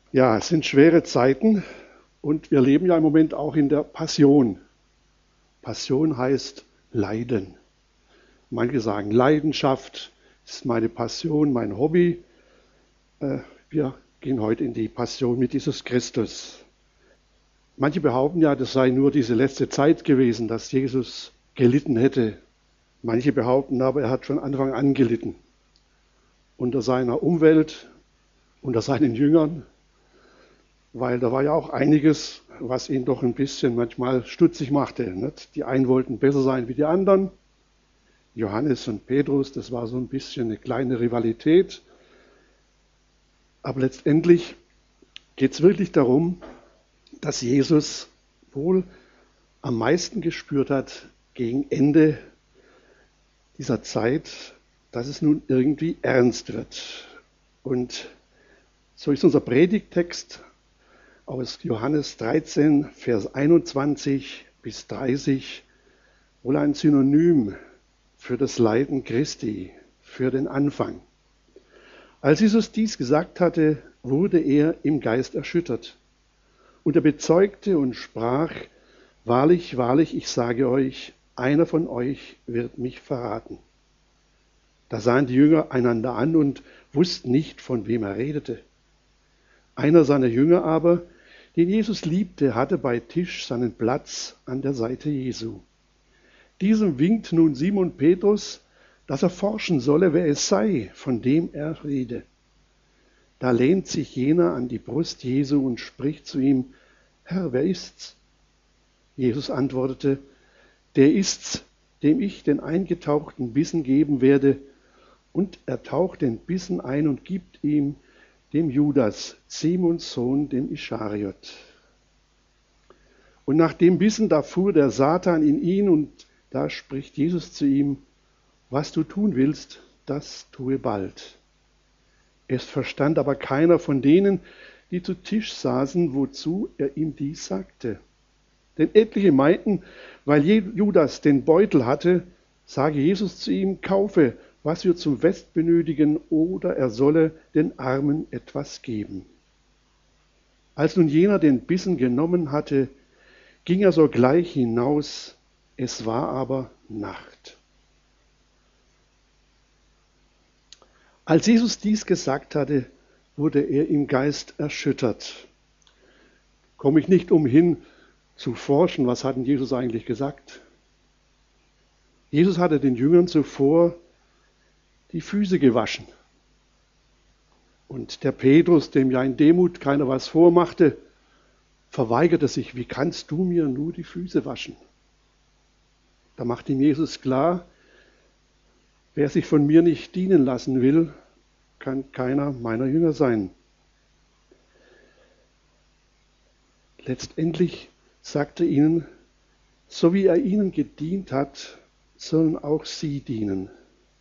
Ja, es sind schwere Zeiten und wir leben ja im Moment auch in der Passion. Passion heißt Leiden. Manche sagen Leidenschaft ist meine Passion, mein Hobby. Wir gehen heute in die Passion mit Jesus Christus. Manche behaupten ja, das sei nur diese letzte Zeit gewesen, dass Jesus gelitten hätte. Manche behaupten aber, er hat von Anfang an gelitten. Unter seiner Umwelt, unter seinen Jüngern, weil da war ja auch einiges, was ihn doch ein bisschen manchmal stutzig machte. Nicht? Die einen wollten besser sein wie die anderen. Johannes und Petrus, das war so ein bisschen eine kleine Rivalität. Aber letztendlich geht es wirklich darum, dass Jesus wohl am meisten gespürt hat gegen Ende dieser Zeit, dass es nun irgendwie ernst wird. Und so ist unser Predigttext aus Johannes 13, Vers 21 bis 30 wohl ein Synonym für das Leiden Christi, für den Anfang. Als Jesus dies gesagt hatte, wurde er im Geist erschüttert. Und er bezeugte und sprach, wahrlich, wahrlich, ich sage euch, einer von euch wird mich verraten. Da sahen die Jünger einander an und wussten nicht, von wem er redete. Einer seiner Jünger aber, den Jesus liebte, hatte bei Tisch seinen Platz an der Seite Jesu. Diesem winkt nun Simon Petrus, dass er forschen solle, wer es sei, von dem er rede. Da lehnt sich jener an die Brust Jesu und spricht zu ihm, Herr, wer ist's? Jesus antwortete, der ist's, dem ich den eingetauchten Bissen geben werde. Und er taucht den Bissen ein und gibt ihm, dem Judas, Simons Sohn, dem Ischariot. Und nach dem Bissen, da fuhr der Satan in ihn und da spricht Jesus zu ihm, was du tun willst, das tue bald. Es verstand aber keiner von denen, die zu Tisch saßen, wozu er ihm dies sagte. Denn etliche meinten, weil Judas den Beutel hatte, sage Jesus zu ihm, kaufe, was wir zum Fest benötigen, oder er solle den Armen etwas geben. Als nun jener den Bissen genommen hatte, ging er sogleich hinaus, es war aber Nacht. Als Jesus dies gesagt hatte, wurde er im Geist erschüttert. Komme ich nicht umhin zu forschen, was hat denn Jesus eigentlich gesagt? Jesus hatte den Jüngern zuvor die Füße gewaschen. Und der Petrus, dem ja in Demut keiner was vormachte, verweigerte sich, wie kannst du mir nur die Füße waschen? Da macht ihm Jesus klar, wer sich von mir nicht dienen lassen will, kann keiner meiner Jünger sein. Letztendlich sagt er ihnen, so wie er ihnen gedient hat, sollen auch sie dienen.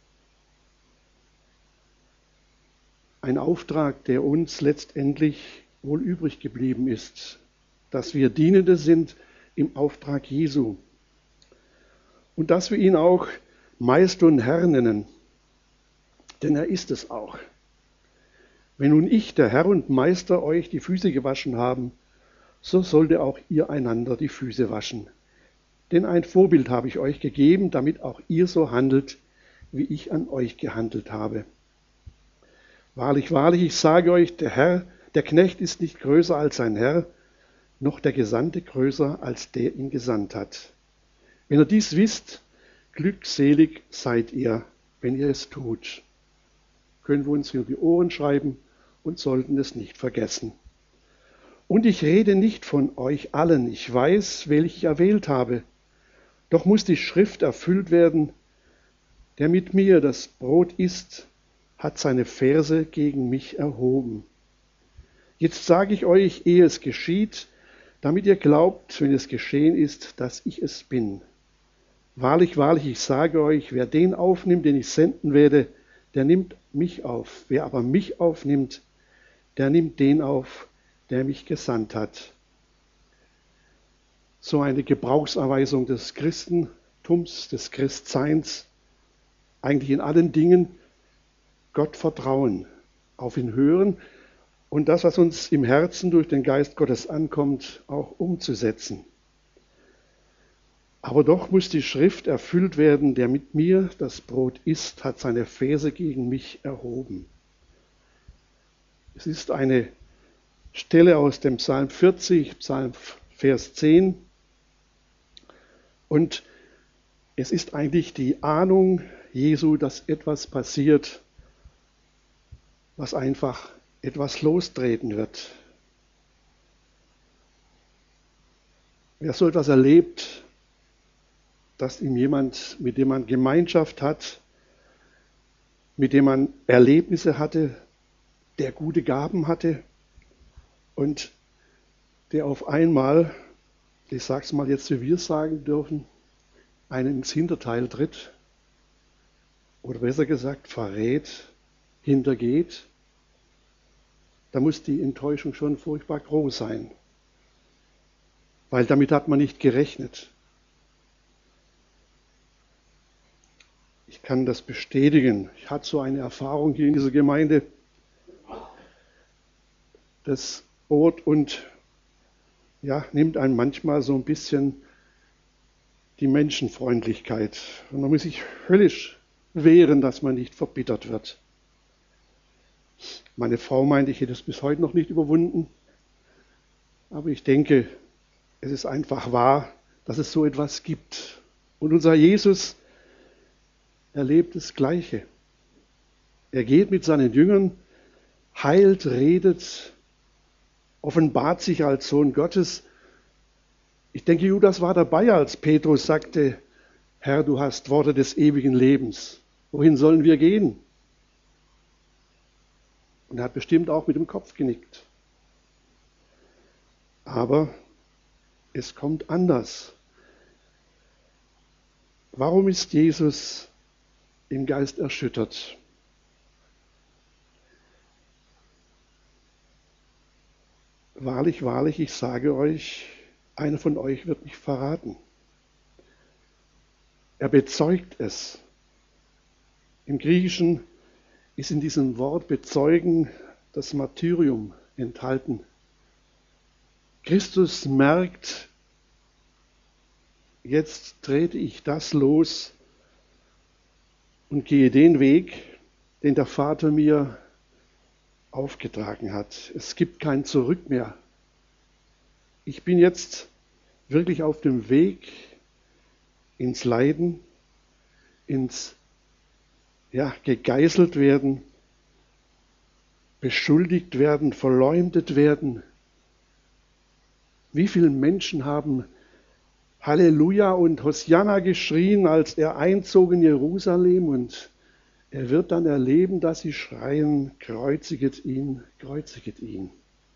Ein Auftrag, der uns letztendlich wohl übrig geblieben ist, dass wir Dienende sind im Auftrag Jesu und dass wir ihn auch Meister und Herr nennen, denn er ist es auch. Wenn nun ich, der Herr und Meister, euch die Füße gewaschen haben, so sollte auch ihr einander die Füße waschen. Denn ein Vorbild habe ich euch gegeben, damit auch ihr so handelt, wie ich an euch gehandelt habe. Wahrlich, wahrlich, ich sage euch, der Knecht ist nicht größer als sein Herr, noch der Gesandte größer als der ihn gesandt hat. Wenn ihr dies wisst, glückselig seid ihr, wenn ihr es tut. Können wir uns hier die Ohren schreiben und sollten es nicht vergessen. Und ich rede nicht von euch allen, ich weiß, welche ich erwählt habe. Doch muss die Schrift erfüllt werden, der mit mir das Brot isst, hat seine Ferse gegen mich erhoben. Jetzt sage ich euch, ehe es geschieht, damit ihr glaubt, wenn es geschehen ist, dass ich es bin. Wahrlich, wahrlich, ich sage euch, wer den aufnimmt, den ich senden werde, der nimmt mich auf. Wer aber mich aufnimmt, der nimmt den auf, der mich gesandt hat. So eine Gebrauchsanweisung des Christentums, des Christseins, eigentlich in allen Dingen Gott vertrauen, auf ihn hören und das, was uns im Herzen durch den Geist Gottes ankommt, auch umzusetzen. Aber doch muss die Schrift erfüllt werden: Der mit mir das Brot isst, hat seine Ferse gegen mich erhoben. Es ist eine Stelle aus dem Psalm 40, Psalm Vers 10. Und es ist eigentlich die Ahnung Jesu, dass etwas passiert, was einfach etwas lostreten wird. Wer so etwas erlebt, dass ihm jemand, mit dem man Gemeinschaft hat, mit dem man Erlebnisse hatte, der gute Gaben hatte und der auf einmal, ich sage es mal jetzt, wie wir es sagen dürfen, einen ins Hinterteil tritt oder besser gesagt verrät, hintergeht, da muss die Enttäuschung schon furchtbar groß sein, weil damit hat man nicht gerechnet. Ich kann das bestätigen. Ich hatte so eine Erfahrung hier in dieser Gemeinde. Das Brot und nimmt einem manchmal so ein bisschen die Menschenfreundlichkeit. Und man muss sich höllisch wehren, dass man nicht verbittert wird. Meine Frau meint, ich hätte es bis heute noch nicht überwunden. Aber ich denke, es ist einfach wahr, dass es so etwas gibt. Und unser Jesus erlebt das Gleiche. Er geht mit seinen Jüngern, heilt, redet, offenbart sich als Sohn Gottes. Ich denke, Judas war dabei, als Petrus sagte: Herr, du hast Worte des ewigen Lebens. Wohin sollen wir gehen? Und er hat bestimmt auch mit dem Kopf genickt. Aber es kommt anders. Warum ist Jesus im Geist erschüttert? Wahrlich, wahrlich, ich sage euch, einer von euch wird mich verraten. Er bezeugt es. Im Griechischen ist in diesem Wort bezeugen das Martyrium enthalten. Christus merkt, jetzt trete ich das los und gehe den Weg, den der Vater mir aufgetragen hat. Es gibt kein Zurück mehr. Ich bin jetzt wirklich auf dem Weg ins Leiden, ins gegeißelt werden, beschuldigt werden, verleumdet werden. Wie viele Menschen haben Halleluja und Hosianna geschrien, als er einzog in Jerusalem, und er wird dann erleben, dass sie schreien: Kreuziget ihn, kreuziget ihn.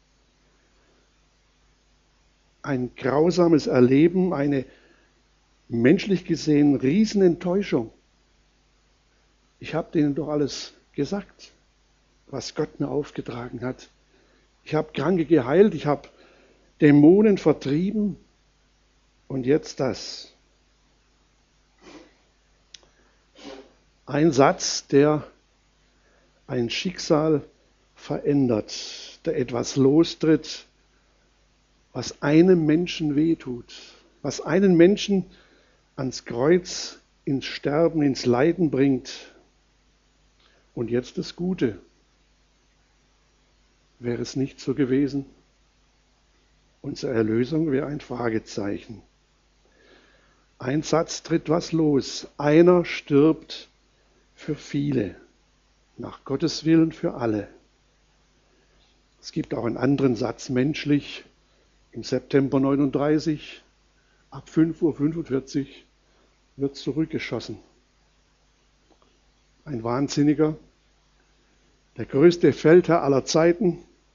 Ein grausames Erleben, eine menschlich gesehen Riesenenttäuschung. Ich habe denen doch alles gesagt, was Gott mir aufgetragen hat. Ich habe Kranke geheilt, ich habe Dämonen vertrieben, und jetzt das. Ein Satz, der ein Schicksal verändert, der etwas lostritt, was einem Menschen wehtut, was einen Menschen ans Kreuz, ins Sterben, ins Leiden bringt. Und jetzt das Gute. Wäre es nicht so gewesen? Unsere Erlösung wäre ein Fragezeichen. Ein Satz tritt was los. Einer stirbt für viele, nach Gottes Willen für alle. Es gibt auch einen anderen Satz, menschlich, im September 39, ab 5:45 Uhr wird zurückgeschossen. Ein Wahnsinniger, der größte Feldherr aller Zeiten.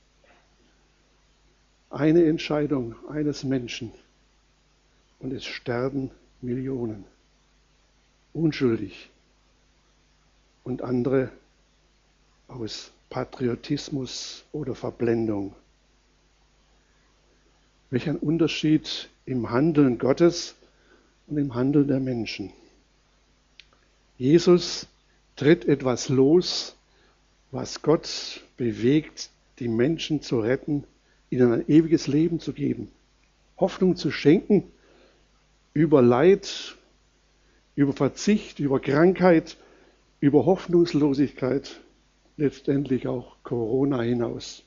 Eine Entscheidung eines Menschen und es sterben Millionen. Unschuldig. Und andere aus Patriotismus oder Verblendung. Welch ein Unterschied im Handeln Gottes und im Handeln der Menschen. Jesus tritt etwas los, was Gott bewegt, die Menschen zu retten, ihnen ein ewiges Leben zu geben, Hoffnung zu schenken über Leid, über Verzicht, über Krankheit, über Hoffnungslosigkeit, letztendlich auch Corona hinaus.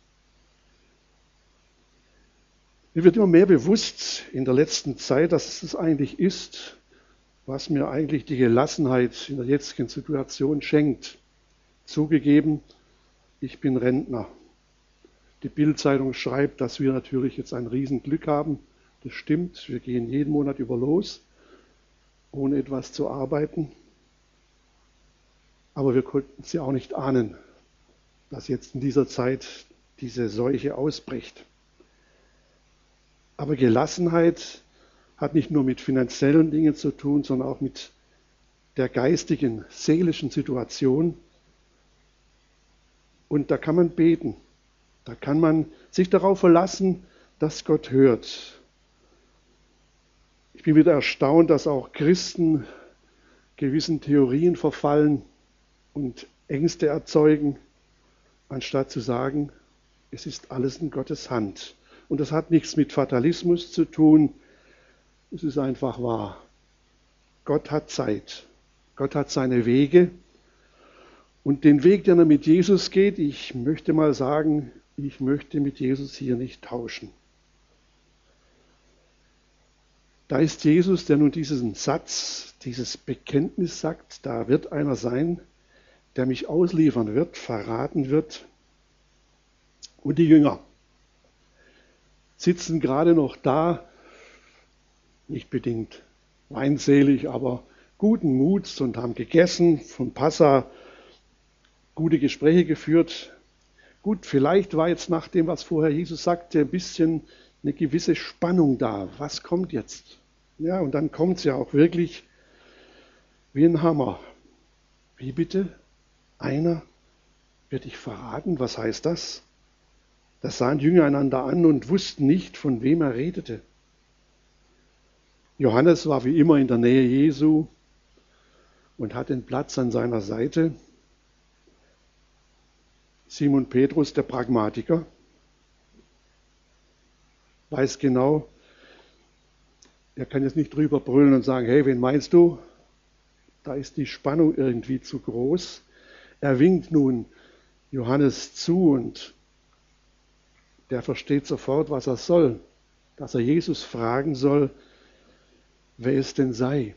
Mir wird immer mehr bewusst in der letzten Zeit, dass es eigentlich ist, was mir eigentlich die Gelassenheit in der jetzigen Situation schenkt. Zugegeben, ich bin Rentner. Die Bild-Zeitung schreibt, dass wir natürlich jetzt ein Riesenglück haben. Das stimmt, wir gehen jeden Monat über los, ohne etwas zu arbeiten. Aber wir konnten es ja auch nicht ahnen, dass jetzt in dieser Zeit diese Seuche ausbricht. Aber Gelassenheit hat nicht nur mit finanziellen Dingen zu tun, sondern auch mit der geistigen, seelischen Situation. Und da kann man beten. Da kann man sich darauf verlassen, dass Gott hört. Ich bin wieder erstaunt, dass auch Christen gewissen Theorien verfallen und Ängste erzeugen, anstatt zu sagen, es ist alles in Gottes Hand. Und das hat nichts mit Fatalismus zu tun, es ist einfach wahr. Gott hat Zeit, Gott hat seine Wege und den Weg, den er mit Jesus geht, ich möchte mal sagen, ich möchte mit Jesus hier nicht tauschen. Da ist Jesus, der nun diesen Satz, dieses Bekenntnis sagt, da wird einer sein, der mich ausliefern wird, verraten wird. Und die Jünger sitzen gerade noch da, nicht bedingt weinselig, aber guten Muts und haben gegessen, von Passa gute Gespräche geführt. Gut, vielleicht war jetzt nach dem, was vorher Jesus sagte, ein bisschen eine gewisse Spannung da. Was kommt jetzt? Ja, und dann kommt es ja auch wirklich wie ein Hammer. Wie bitte? Einer wird dich verraten? Was heißt das? Da sahen die Jünger einander an und wussten nicht, von wem er redete. Johannes war wie immer in der Nähe Jesu und hat den Platz an seiner Seite. Simon Petrus, der Pragmatiker, weiß genau, er kann jetzt nicht drüber brüllen und sagen, hey, wen meinst du? Da ist die Spannung irgendwie zu groß. Er winkt nun Johannes zu und der versteht sofort, was er soll, dass er Jesus fragen soll, wer es denn sei.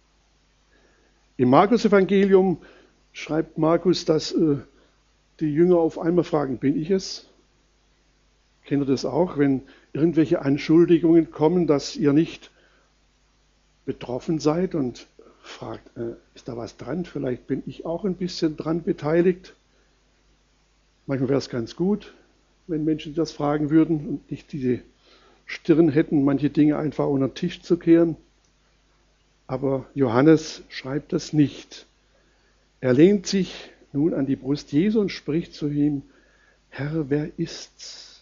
Im Markus-Evangelium schreibt Markus, dass die Jünger auf einmal fragen, bin ich es? Kennt ihr das auch, wenn irgendwelche Anschuldigungen kommen, dass ihr nicht betroffen seid und fragt, ist da was dran? Vielleicht bin ich auch ein bisschen dran beteiligt. Manchmal wäre es ganz gut, wenn Menschen das fragen würden und nicht diese Stirn hätten, manche Dinge einfach unter den Tisch zu kehren. Aber Johannes schreibt das nicht. Er lehnt sich nun an die Brust Jesu und spricht zu ihm, Herr, wer ist's?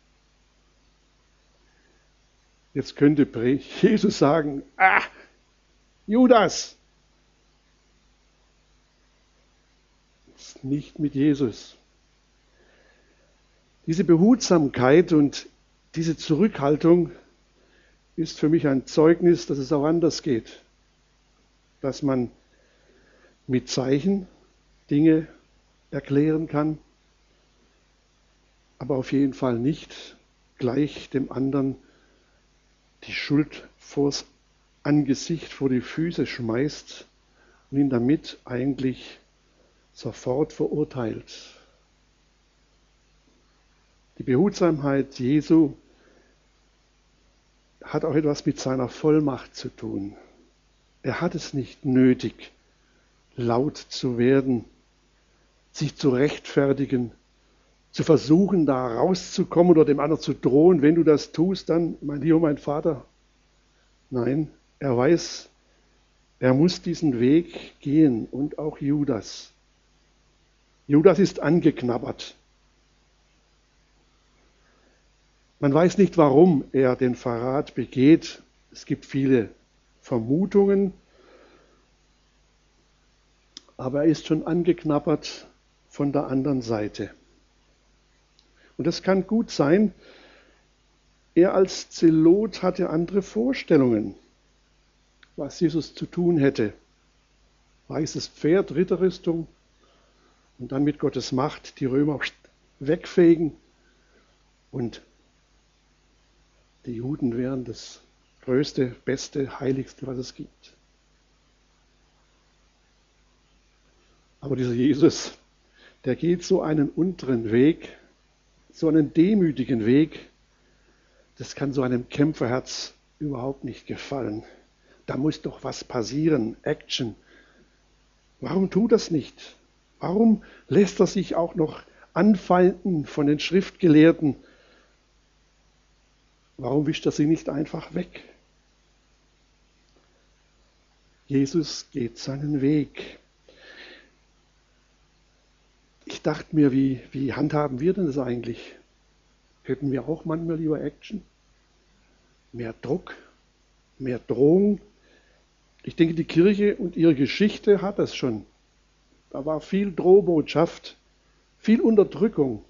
Jetzt könnte Jesus sagen, Judas! Ist nicht mit Jesus. Diese Behutsamkeit und diese Zurückhaltung ist für mich ein Zeugnis, dass es auch anders geht. Dass man mit Zeichen Dinge erklären kann, aber auf jeden Fall nicht gleich dem anderen die Schuld vors Angesicht, vor die Füße schmeißt und ihn damit eigentlich sofort verurteilt. Die Behutsamkeit Jesu hat auch etwas mit seiner Vollmacht zu tun. Er hat es nicht nötig, laut zu werden, sich zu rechtfertigen, zu versuchen, da rauszukommen oder dem anderen zu drohen, wenn du das tust, dann, mein Lieber, mein Vater. Nein, er weiß, er muss diesen Weg gehen und auch Judas. Judas ist angeknabbert. Man weiß nicht, warum er den Verrat begeht. Es gibt viele Vermutungen, aber er ist schon angeknabbert von der anderen Seite. Und das kann gut sein. Er als Zelot hatte andere Vorstellungen, was Jesus zu tun hätte. Weißes Pferd, Ritterrüstung und dann mit Gottes Macht die Römer wegfegen und die Juden wären das größte, beste, heiligste, was es gibt. Aber dieser Jesus, der geht so einen unteren Weg, so einen demütigen Weg, das kann so einem Kämpferherz überhaupt nicht gefallen. Da muss doch was passieren, Action. Warum tut das nicht? Warum lässt er sich auch noch anfeinden von den Schriftgelehrten? Warum wischt er sie nicht einfach weg? Jesus geht seinen Weg. Ich dachte mir, wie handhaben wir denn das eigentlich? Hätten wir auch manchmal lieber Action? Mehr Druck? Mehr Drohung? Ich denke, die Kirche und ihre Geschichte hat das schon. Da war viel Drohbotschaft, viel Unterdrückung.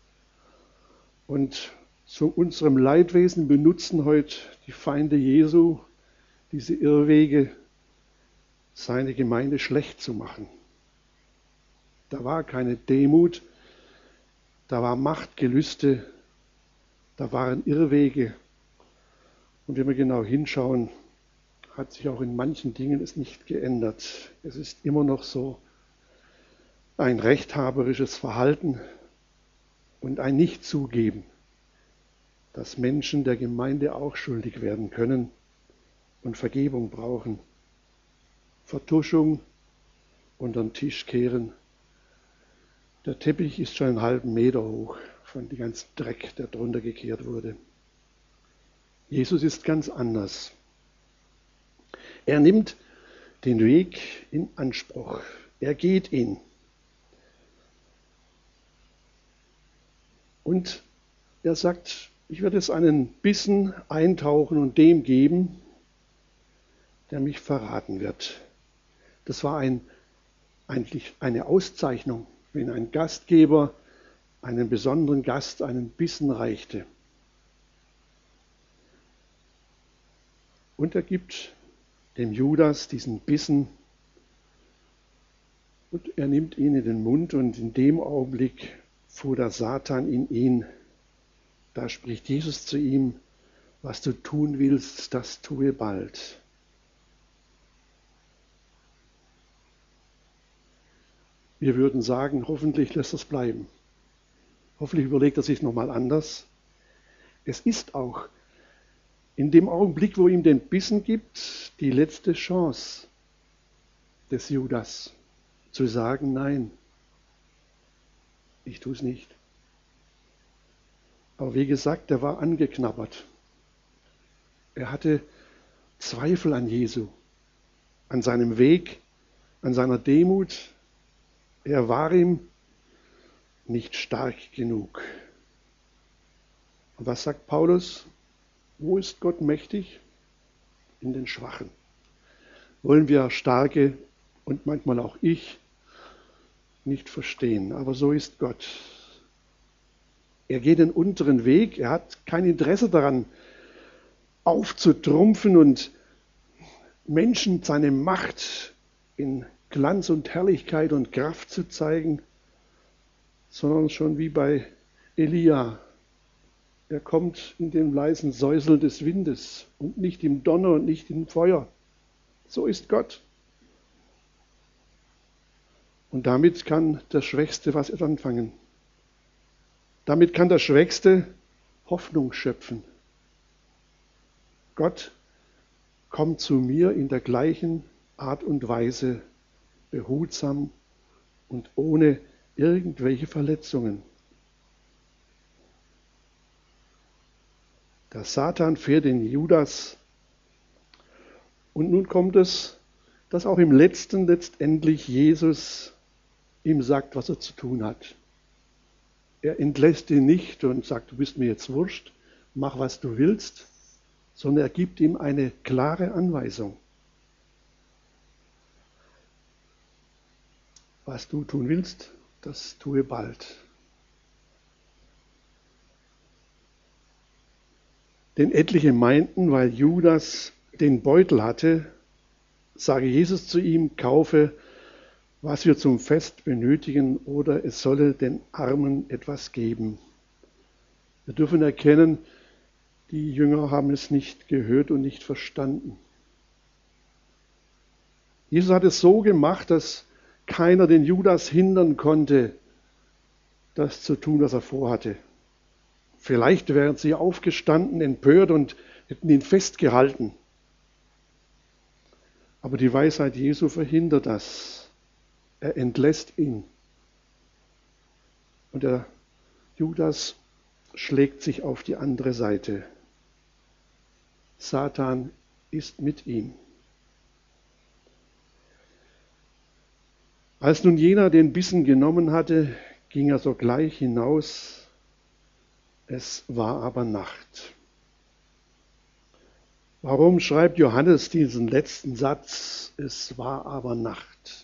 Und zu unserem Leidwesen benutzen heute die Feinde Jesu diese Irrwege, seine Gemeinde schlecht zu machen. Da war keine Demut, da war Machtgelüste, da waren Irrwege. Und wenn wir genau hinschauen, hat sich auch in manchen Dingen es nicht geändert. Es ist immer noch so ein rechthaberisches Verhalten und ein Nichtzugeben, dass Menschen der Gemeinde auch schuldig werden können und Vergebung brauchen. Vertuschung, unter den Tisch kehren. Der Teppich ist schon einen halben Meter hoch von dem ganzen Dreck, der drunter gekehrt wurde. Jesus ist ganz anders. Er nimmt den Weg in Anspruch. Er geht ihn. Und er sagt, ich werde jetzt einen Bissen eintauchen und dem geben, der mich verraten wird. Das war eigentlich eine Auszeichnung, wenn ein Gastgeber einen besonderen Gast einen Bissen reichte. Und er gibt dem Judas diesen Bissen und er nimmt ihn in den Mund und in dem Augenblick fuhr der Satan in ihn. Da spricht Jesus zu ihm, was du tun willst, das tue bald. Wir würden sagen, hoffentlich lässt es bleiben. Hoffentlich überlegt er sich nochmal anders. Es ist auch in dem Augenblick, wo ihm den Bissen gibt, die letzte Chance des Judas zu sagen, nein, ich tue es nicht. Aber wie gesagt, er war angeknabbert. Er hatte Zweifel an Jesu, an seinem Weg, an seiner Demut. Er war ihm nicht stark genug. Und was sagt Paulus? Wo ist Gott mächtig? In den Schwachen. Wollen wir Starke und manchmal auch ich nicht verstehen. Aber so ist Gott. Er geht den unteren Weg. Er hat kein Interesse daran, aufzutrumpfen und Menschen seine Macht in Glanz und Herrlichkeit und Kraft zu zeigen, sondern schon wie bei Elia. Er kommt in dem leisen Säuseln des Windes und nicht im Donner und nicht im Feuer. So ist Gott. Und damit kann der Schwächste was anfangen. Damit kann der Schwächste Hoffnung schöpfen. Gott kommt zu mir in der gleichen Art und Weise, behutsam und ohne irgendwelche Verletzungen. Der Satan fährt den Judas. Und nun kommt es, dass auch im Letzten letztendlich Jesus ihm sagt, was er zu tun hat. Er entlässt ihn nicht und sagt, du bist mir jetzt wurscht, mach was du willst, sondern er gibt ihm eine klare Anweisung. Was du tun willst, das tue bald. Denn etliche meinten, weil Judas den Beutel hatte, sage Jesus zu ihm, kaufe, was wir zum Fest benötigen, oder es solle den Armen etwas geben. Wir dürfen erkennen, die Jünger haben es nicht gehört und nicht verstanden. Jesus hat es so gemacht, dass keiner den Judas hindern konnte, das zu tun, was er vorhatte. Vielleicht wären sie aufgestanden, empört und hätten ihn festgehalten. Aber die Weisheit Jesu verhindert das. Er entlässt ihn. Und der Judas schlägt sich auf die andere Seite. Satan ist mit ihm. Als nun jener den Bissen genommen hatte, ging er sogleich hinaus. Es war aber Nacht. Warum schreibt Johannes diesen letzten Satz? Es war aber Nacht.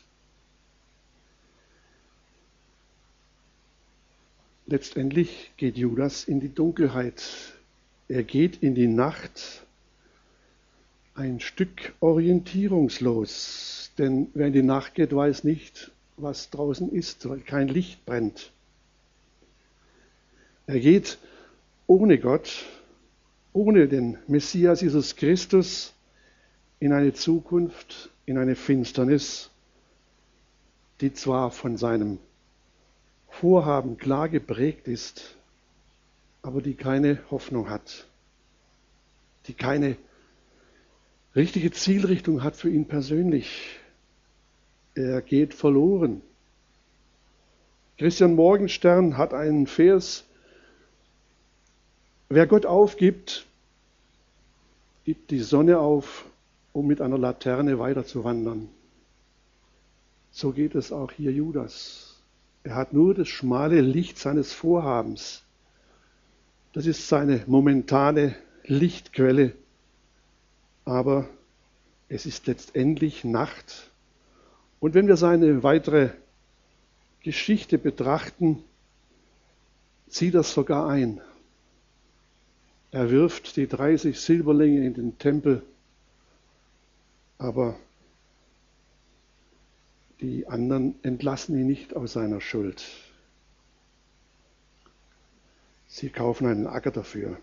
Letztendlich geht Judas in die Dunkelheit. Er geht in die Nacht ein Stück orientierungslos. Denn wer in die Nacht geht, weiß nicht, was draußen ist, weil kein Licht brennt. Er geht ohne Gott, ohne den Messias Jesus Christus in eine Zukunft, in eine Finsternis, die zwar von seinem Vorhaben klar geprägt ist, aber die keine Hoffnung hat, die keine richtige Zielrichtung hat für ihn persönlich. Er geht verloren. Christian Morgenstern hat einen Vers: Wer Gott aufgibt, gibt die Sonne auf, um mit einer Laterne weiterzuwandern. So geht es auch hier Judas. Er hat nur das schmale Licht seines Vorhabens. Das ist seine momentane Lichtquelle. Aber es ist letztendlich Nacht. Und wenn wir seine weitere Geschichte betrachten, zieht das sogar ein. Er wirft die 30 Silberlinge in den Tempel, aber die anderen entlassen ihn nicht aus seiner Schuld. Sie kaufen einen Acker dafür.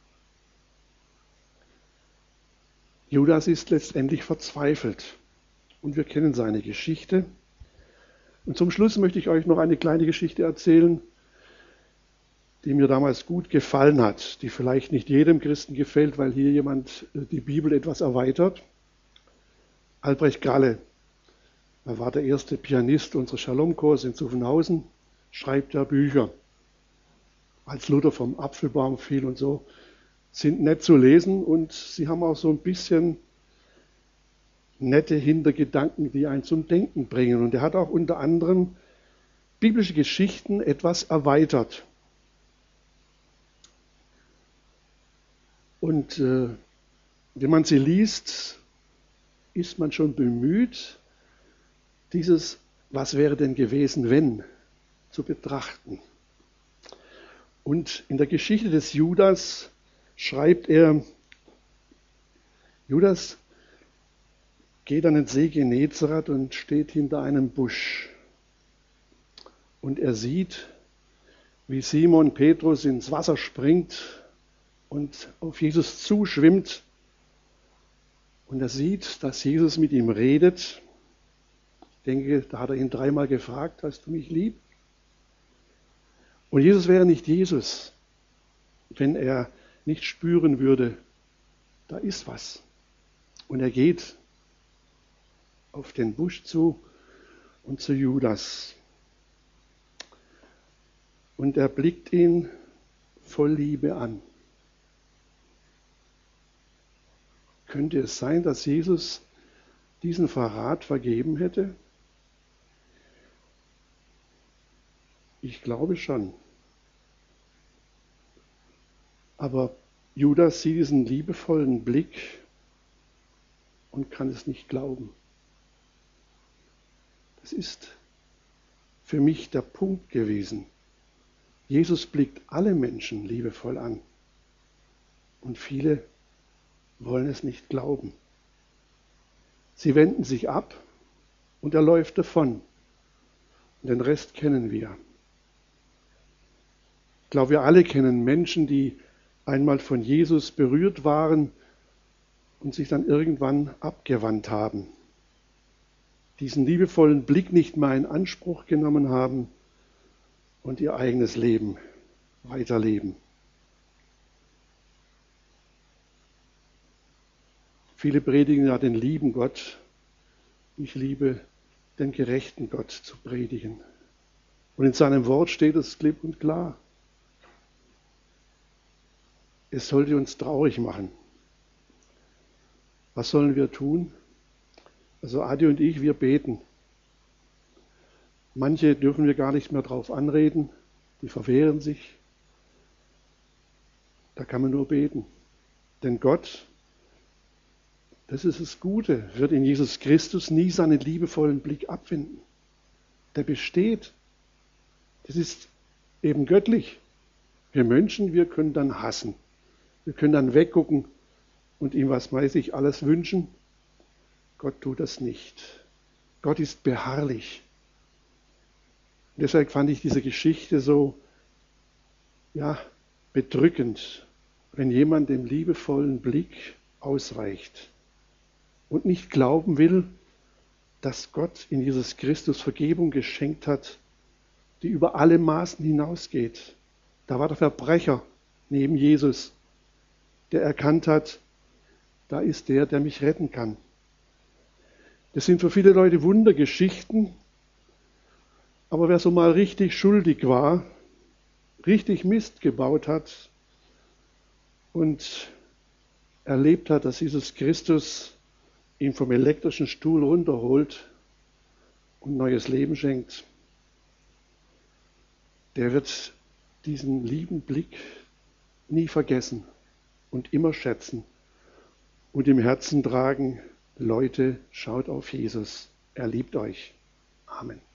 Judas ist letztendlich verzweifelt und wir kennen seine Geschichte. Und zum Schluss möchte ich euch noch eine kleine Geschichte erzählen, die mir damals gut gefallen hat, die vielleicht nicht jedem Christen gefällt, weil hier jemand die Bibel etwas erweitert. Albrecht Galle, er war der erste Pianist unseres Shalom-Chors in Zuffenhausen, schreibt ja Bücher. Als Luther vom Apfelbaum fiel und so, sind nett zu lesen und sie haben auch so ein bisschen nette Hintergedanken, die einen zum Denken bringen. Und er hat auch unter anderem biblische Geschichten etwas erweitert. Und wenn man sie liest, ist man schon bemüht, dieses "Was wäre denn gewesen, wenn" zu betrachten. Und in der Geschichte des Judas schreibt er, Judas geht an den See Genezareth und steht hinter einem Busch. Und er sieht, wie Simon Petrus ins Wasser springt und auf Jesus zuschwimmt. Und er sieht, dass Jesus mit ihm redet. Ich denke, da hat er ihn 3-mal gefragt: Hast du mich lieb? Und Jesus wäre nicht Jesus, wenn er nicht spüren würde, da ist was. Und er geht auf den Busch zu und zu Judas. Und er blickt ihn voll Liebe an. Könnte es sein, dass Jesus diesen Verrat vergeben hätte? Ich glaube schon. Aber Judas sieht diesen liebevollen Blick und kann es nicht glauben. Das ist für mich der Punkt gewesen. Jesus blickt alle Menschen liebevoll an. Und viele wollen es nicht glauben. Sie wenden sich ab und er läuft davon. Und den Rest kennen wir. Ich glaube, wir alle kennen Menschen, die einmal von Jesus berührt waren und sich dann irgendwann abgewandt haben. Diesen liebevollen Blick nicht mehr in Anspruch genommen haben und ihr eigenes Leben weiterleben. Viele predigen ja den lieben Gott. Ich liebe den gerechten Gott zu predigen. Und in seinem Wort steht es klipp und klar. Es sollte uns traurig machen. Was sollen wir tun? Also Adi und ich, wir beten. Manche dürfen wir gar nicht mehr drauf anreden, die verwehren sich. Da kann man nur beten. Denn Gott, das ist das Gute, wird in Jesus Christus nie seinen liebevollen Blick abwenden. Der besteht. Das ist eben göttlich. Wir Menschen, wir können dann hassen. Wir können dann weggucken und ihm, was weiß ich, alles wünschen. Gott tut das nicht. Gott ist beharrlich. Und deshalb fand ich diese Geschichte so, bedrückend, wenn jemand dem liebevollen Blick ausweicht und nicht glauben will, dass Gott in Jesus Christus Vergebung geschenkt hat, die über alle Maßen hinausgeht. Da war der Verbrecher neben Jesus, der erkannt hat, da ist der, der mich retten kann. Das sind für viele Leute Wundergeschichten, aber wer so mal richtig schuldig war, richtig Mist gebaut hat und erlebt hat, dass Jesus Christus ihn vom elektrischen Stuhl runterholt und neues Leben schenkt, der wird diesen lieben Blick nie vergessen und immer schätzen und im Herzen tragen, Leute, schaut auf Jesus, er liebt euch. Amen.